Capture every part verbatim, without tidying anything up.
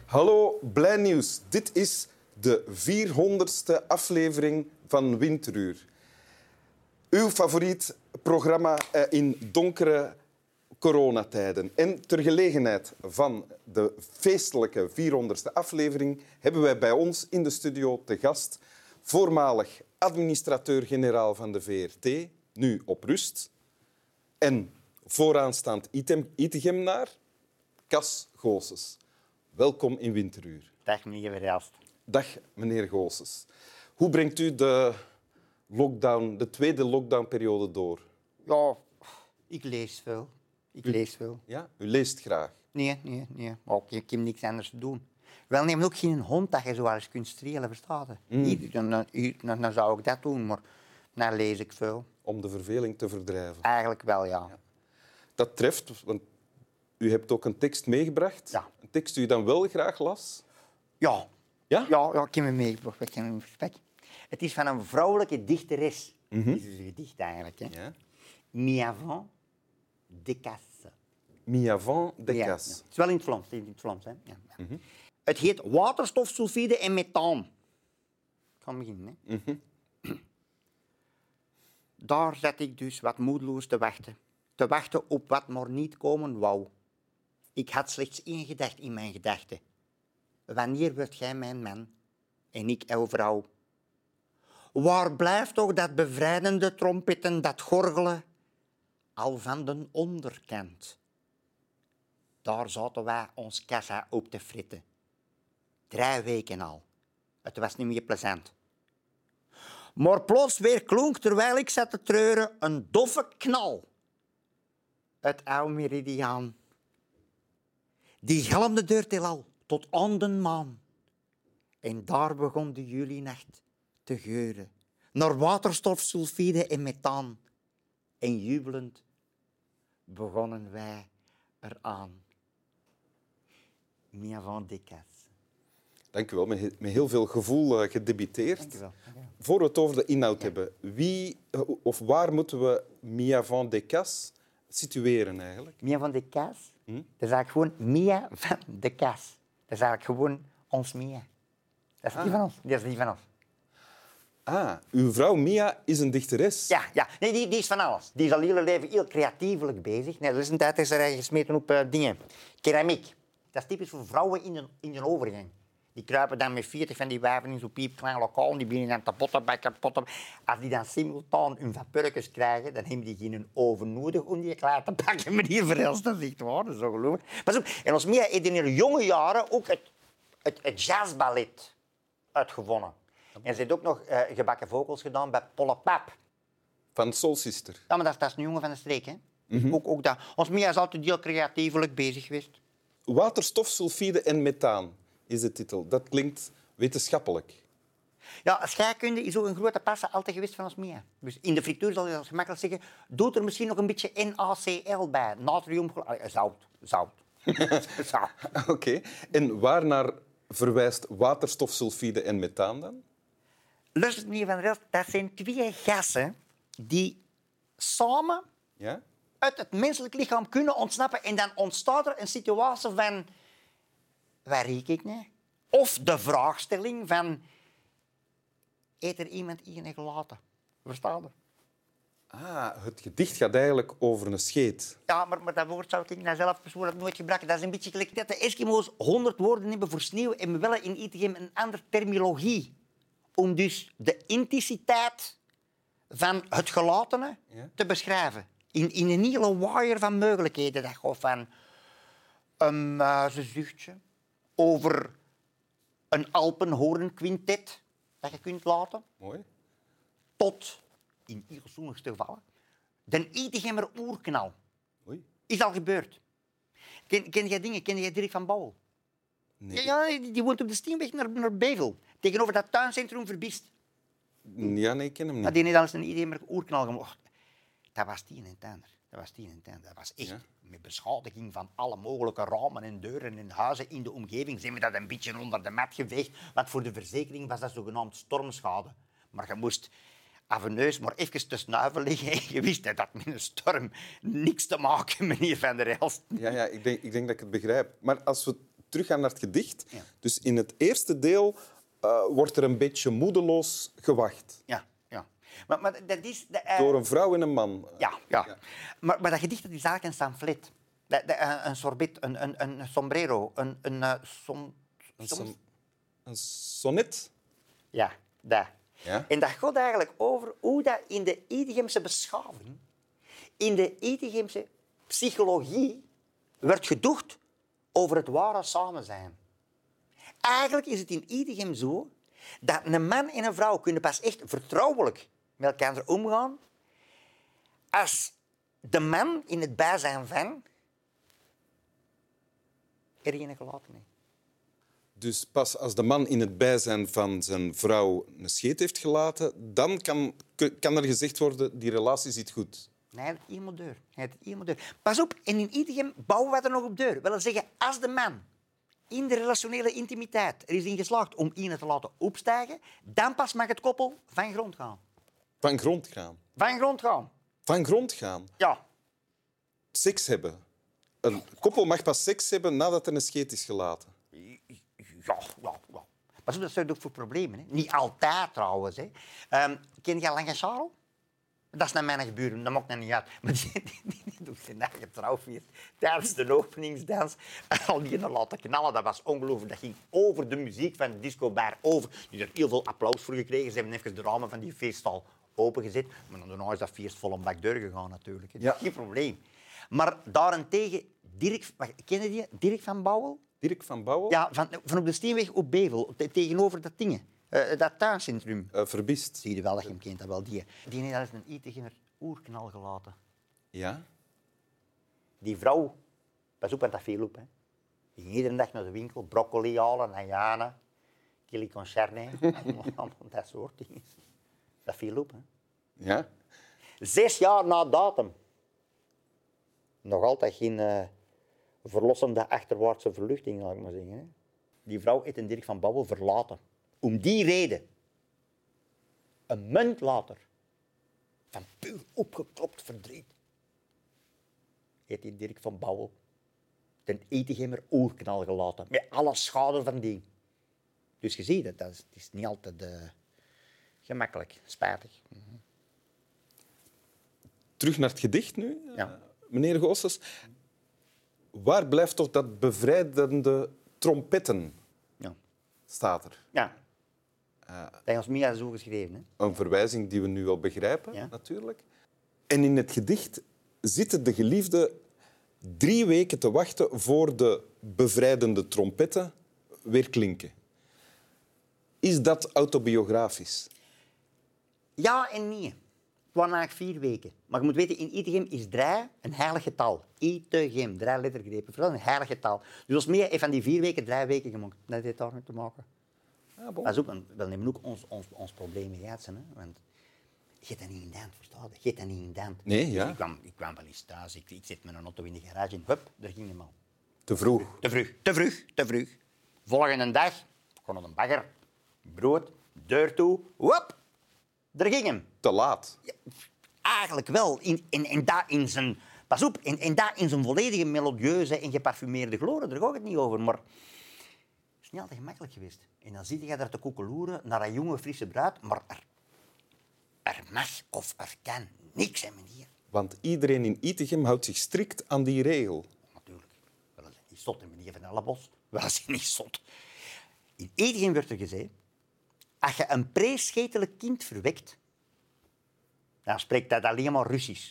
Hallo, blij nieuws. Dit is de vierhonderdste aflevering van Winteruur. Uw favoriet programma in donkere coronatijden. En ter gelegenheid van de feestelijke vierhonderdste aflevering hebben wij bij ons in de studio te gast voormalig administrateur-generaal van de V R T, nu op rust, en vooraanstaand Itegem-naar, Cas Goossens. Welkom in Winteruur. Dag, meneer Verhelst. Dag, meneer Goossens. Hoe brengt u de, lockdown, de tweede lockdownperiode door? Ja, ik lees veel. Ik u, lees veel. Ja? U leest graag? Nee, nee, nee. Maar ik heb niks anders te doen. Wel, neem ook geen hond dat je zo eens kunt strelen, verstaat je? Mm. Dan, dan, dan zou ik dat doen, maar dan lees ik veel. Om de verveling te verdrijven? Eigenlijk wel, ja. ja. Dat treft, want u hebt ook een tekst meegebracht. Ja. Een tekst die u dan wel graag las? Ja. Ja? Ja, ja ik heb hem meegebracht. Ik heb hem respect. Het is van een vrouwelijke dichteres. Mm-hmm. Het is dus een gedicht eigenlijk. Hè. Ja. Mi-avant de casse. Mi-avant de ja, casse. Ja. Het is wel in het Vlaams. In het Vlaams hè. Ja, ja. Mm-hmm. Het heet waterstofsulfide en methaan. Ik ga beginnen. Hè. Mm-hmm. Daar zat ik dus wat moedeloos te wachten. Te wachten op wat maar niet komen wou. Ik had slechts één gedachte in mijn gedachten. Wanneer wordt jij mijn man en ik jouw vrouw? Waar blijft toch dat bevrijdende trompetten, dat gorgelen, al van de onderkant? Daar zaten wij ons kassa op te fritten. Drie weken al. Het was niet meer plezant. Maar plots weer klonk, terwijl ik zat te treuren, een doffe knal. Het oude meridiaan. Die galmde door het heelal tot aan de maan. En daar begon de julienacht te geuren. Naar waterstof, sulfide en methaan. En jubelend begonnen wij eraan. Mi avant de casse. Dank u wel, met heel veel gevoel uh, gedebuteerd. Dank u wel. Dank u wel. Voor we het over de inhoud ja. hebben, wie of waar moeten we mi avant de casse situeren eigenlijk? Mi avant de casse? Hm? Dat is eigenlijk gewoon Mia van de Casse. Dat is eigenlijk gewoon ons Mia. Dat is ah. die van ons. Dat is die van ons. Ah, uw vrouw Mia is een dichteres? Ja, ja. Nee, die, die is van alles. Die is al heel leven heel creatiefelijk bezig. Nee, dat is een tijd is er gesmeten op uh, dingen. Keramiek. Dat is typisch voor vrouwen in een, in een overgang. Die kruipen dan met veertig van die wijven in zo'n piepklein lokaal en die beginnen dan te potten bij kapotten. Als die dan simultaan hun vapurkjes krijgen, dan hebben die geen oven nodig om die klaar te pakken. Meneer Verhelst, dat is echt waar, dat is ongelooflijk. Pas op, en ons Mia heeft in haar jonge jaren ook het, het, het jazzballet uitgevonden. En ze heeft ook nog uh, gebakken vogels gedaan bij Polle Pap. Van Soul Sister. Ja, maar dat is, dat is een jongen van de streek, hè. Mm-hmm. Ook, ook dat. Ons Mia is altijd heel creatiefelijk bezig geweest. Waterstof, sulfide en methaan is de titel. Dat klinkt wetenschappelijk. Ja, scheikunde is ook een grote passie altijd geweest van ons Mia. Dus in de frituur zal je dat gemakkelijk zeggen. Doe er misschien nog een beetje N A C L bij. Natrium... Zout. Zout. Zout. Oké. Okay. En waarnaar verwijst waterstof, sulfide en methaan dan? Luister, meneer Van der Elst, dat zijn twee gassen die samen ja? uit het menselijk lichaam kunnen ontsnappen. En dan ontstaat er een situatie van... Waar riek ik naar? Of de vraagstelling van... Eet er iemand in gelaten? Verstaan je? Ah, het gedicht gaat eigenlijk over een scheet. Ja, maar, maar dat woord zou ik nou zelf persoonlijk nooit gebruiken. Dat is een beetje gelijk dat de Eskimo's honderd woorden hebben voor sneeuw en we willen in Itegem een andere terminologie. Om dus de intensiteit van het gelatene ja? te beschrijven. In, in een hele waaier van mogelijkheden. Dat gaat van een muizenzuchtje over een Alpenhoornquintet dat je kunt laten. Mooi. Tot, in heel sommige gevallen, de Itegemmer oerknal. Oei. Is al gebeurd. Ken, ken jij dingen? Ken jij Dirk van Bouwel? Nee. Ja, die, die woont op de Steenweg naar, naar Bevel. Tegenover dat tuincentrum Verbist. Ja, nee, ik ken hem niet. Ja, die heeft al eens een Itegemmer oerknal gemaakt. Dat was tien en tender. Dat was tien en tender. Dat was echt... Ja? Met beschadiging van alle mogelijke ramen en deuren en huizen in de omgeving zijn we dat een beetje onder de mat geveegd. Want voor de verzekering was dat zogenaamd stormschade. Maar je moest aveneus maar even te snuiven liggen en je wist dat dat met een storm niks te maken, meneer Van der Elst. Ja, ja ik, denk, ik denk dat ik het begrijp. Maar als we terug gaan naar het gedicht. Ja. Dus in het eerste deel uh, wordt er een beetje moedeloos gewacht. Ja, ja. Maar, maar dat is... De, uh... Door een vrouw en een man. Ja, ja. ja. Maar, maar dat gedicht dat is eigenlijk een pamflet. Dat, dat, uh, een sorbet, een, een, een sombrero, een... Een, uh, som, Een, som... son, een sonnet. Ja, dat. Ja? En dat gaat eigenlijk over hoe dat in de Idigemse beschaving, in de Idigemse psychologie, werd gedocht over het ware samen zijn. Eigenlijk is het in Idigem zo dat een man en een vrouw kunnen pas echt vertrouwelijk met elkaar omgaan als de man in het bijzijn van er geen gelaten heeft. Dus pas als de man in het bijzijn van zijn vrouw een scheet heeft gelaten, dan kan, kan er gezegd worden, die relatie zit goed. Nee, hij heeft iemand deur. Hij heeft iemand deur. Pas op, en in Idigem bouwen we er nog op deur. Dat wil zeggen, als de man in de relationele intimiteit er is in geslaagd om iemand te laten opstijgen, dan pas mag het koppel van grond gaan. Van grond gaan. Van grond gaan. Van grond gaan. Ja. Seks hebben. Een koppel mag pas seks hebben nadat er een scheet is gelaten. Ja, ja, ja. Pas op, dat zorgt ook voor problemen. Hè. Niet altijd trouwens. Hè. Um, ken je Lange Charles? Dat is naar mijn geburen, dat maakt mij niet uit. Maar die, die, die, die doet zijn eigen trouwfeest tijdens de openingsdans. Al die laten knallen, dat was ongelooflijk. Dat ging over de muziek van de discobar over. Die heeft heel veel applaus voor gekregen. Ze hebben even de ramen van die feeststal opengezet. Maar daarna is dat feest vol een bak deur gegaan natuurlijk. Hè. Ja. Geen probleem. Maar daarentegen, Dirk, wacht, ken je die? Dirk van Bouwel? Dirk van Bouwel? Ja, van, van op de Steenweg op Bevel, te- tegenover dat dingen. Uh, dat tuincentrum. Uh, verbist. Zie je wel dat je hem kent, dat wel die. Die heeft eens een Itigemer oerknal gelaten. Ja? Die vrouw, pas op, want dat viel op. Hè. Die ging iedere dag naar de winkel, broccoli halen, najana, chili con carne, dat soort dingen. Dat viel op. Hè. Ja? Zes jaar na datum. Nog altijd geen uh, verlossende achterwaartse verluchting, laat ik maar zeggen. Hè. Die vrouw heeft een Dirk van Bouwel verlaten. Om die reden. Een maand later, van puur opgeklopt verdriet, heeft die Dirk van Bouwel ten Itigemer oerknal gelaten. Met alle schade van die. Dus je ziet het, dat is, het is niet altijd uh, gemakkelijk, spijtig. Mm-hmm. Terug naar het gedicht nu, Ja. meneer Goossens. Waar blijft toch dat bevrijdende trompetten, Ja. staat er? Ja. Uh, dat is ons Mia zo geschreven. Hè? Een verwijzing die we nu al begrijpen, ja. natuurlijk. En in het gedicht zitten de geliefden drie weken te wachten voor de bevrijdende trompetten weer klinken. Is dat autobiografisch? Ja en nee. Het waren eigenlijk vier weken. Maar je moet weten, in Itegem is drie een heilig getal. Itegem, drie lettergrepen. Vooral een heilig getal. Dus als Mia heeft van die vier weken drie weken gemaakt. Dat heeft daar mee te maken. Ja, bon. Dat is ook een, we nemen ook ons, ons, ons probleem in gehad, hè. Want je hebt dat niet in Dant, verstaan je? Je hebt dat niet in Dant. Nee, ja. Dus ik, kwam, ik kwam wel eens thuis, ik, ik zit met een auto in de garage en hup, daar ging hem al. Te vroeg. Te vroeg, te vroeg, te vroeg. Volgende dag, gewoon een bagger, brood, deur toe, hup, daar ging hem. Te laat. Ja, eigenlijk wel. In, in, in dat in zijn, pas op, in, in dat in zijn volledige melodieuze en geparfumeerde glorie, daar gaat het niet over. Maar het is niet altijd gemakkelijk geweest. En dan zit je daar te koekeloeren naar een jonge, frisse bruid, maar er, er mag of er kan niks zijn, meneer. Want iedereen in Itegem houdt zich strikt aan die regel. Natuurlijk. Wel, dat is niet zot, meneer Van Ellebos. Wel, dat is niet zot. In Itegem werd er gezegd, als je een preeschetelijk kind verwekt, dan spreekt dat alleen maar Russisch.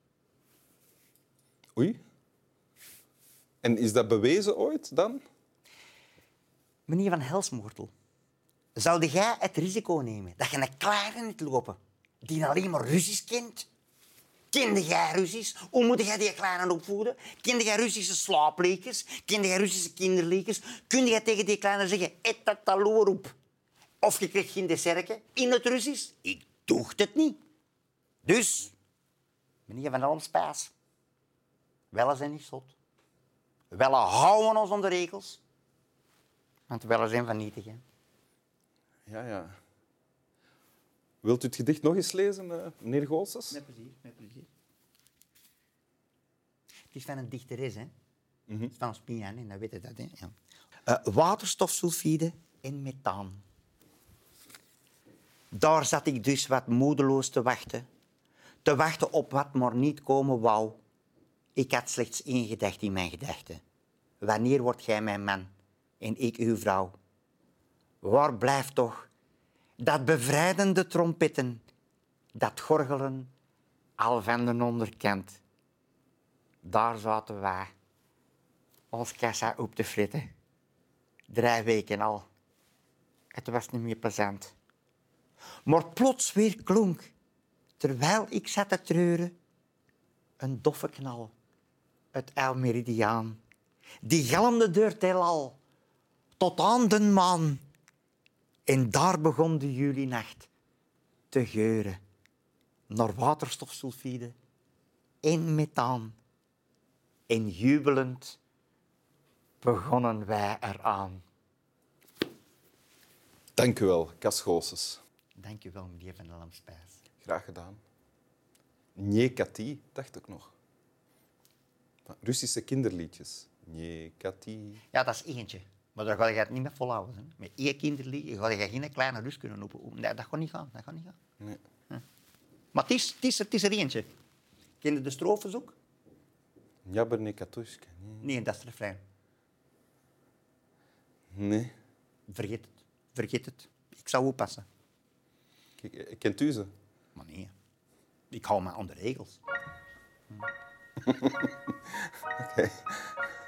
Oei. En is dat bewezen ooit dan? Meneer Van Helsmoortel, zou jij het risico nemen dat je een kleine niet lopen die alleen maar Russisch kent? Kende jij Russisch? Hoe moet jij die kleine opvoeden? Kende jij Russische slaaplekers? Kende jij Russische kinderlekers? Kun jij tegen die kleine zeggen, eet dat taloor op? Of je krijgt geen dessertje in het Russisch? Ik doe het niet. Dus, meneer Van Helmspaas, wellen zijn niet zot. Wellen houden ons aan de regels. Want wellen zijn van nietig. Ja, ja. Wilt u het gedicht nog eens lezen, uh, meneer Goossens? Met plezier, met plezier. Het is van een dichteres, hè. Mm-hmm. Het is van Spian, en dat weet je dat, hè. Ja. Uh, waterstofsulfide en methaan. Daar zat ik dus wat moedeloos te wachten. Te wachten op wat maar niet komen wou. Ik had slechts één gedachte in mijn gedachten. Wanneer wordt gij mijn man en ik uw vrouw? Waar blijft toch dat bevrijdende trompetten, dat gorgelen al van de onderkant? Daar zaten wij, ons kassa op te fritten. Drie weken al. Het was niet meer plezant. Maar plots weer klonk, terwijl ik zat te treuren, een doffe knal uit El Meridiaan. Die galmde door het heelal, tot aan de maan. En daar begon de julinacht te geuren naar waterstofsulfide en methaan. En jubelend begonnen wij eraan. Dank u wel, Cas Goossens. Dank u wel, meneer Van der Lam-Spijs. Graag gedaan. Niekati, dacht ik nog. Russische kinderliedjes. Niekati. Ja, dat is eentje. Maar daar ga je het niet meer volhouden. Hè. Met één kinderlied ga je geen kleine Rus kunnen openen. Nee, dat gaat niet gaan. Dat gaat niet gaan. Nee. Hm. Maar het is, het, is, het is er eentje. Ken je de strofes ook? Jabber Katushka. Nee, dat is het refrein. Nee. Vergeet het. Vergeet het. Ik zou oppassen. Kijk, kent u ze? Maar nee. Ik hou me aan de regels. Oké. Okay.